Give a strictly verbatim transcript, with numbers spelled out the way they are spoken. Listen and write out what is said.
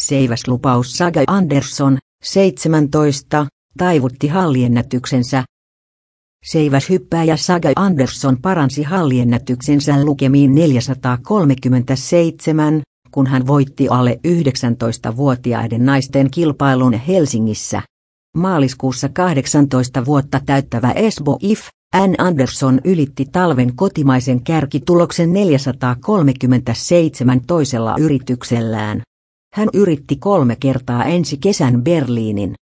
Seiväslupaus Saga Andersson, seitsemäntoista, taivutti halliennätyksensä. Seiväshyppääjä Saga Andersson paransi halliennätyksensä lukemiin neljäsataakolmekymmentäseitsemän, kun hän voitti alle yhdeksäntoistavuotiaiden naisten kilpailun Helsingissä. Maaliskuussa kahdeksantoista vuotta täyttävä Esbo If N Andersson ylitti talven kotimaisen kärkituloksen neljäsataakolmekymmentäseitsemän toisella yrityksellään. Hän yritti kolme kertaa ensi kesän Berliinin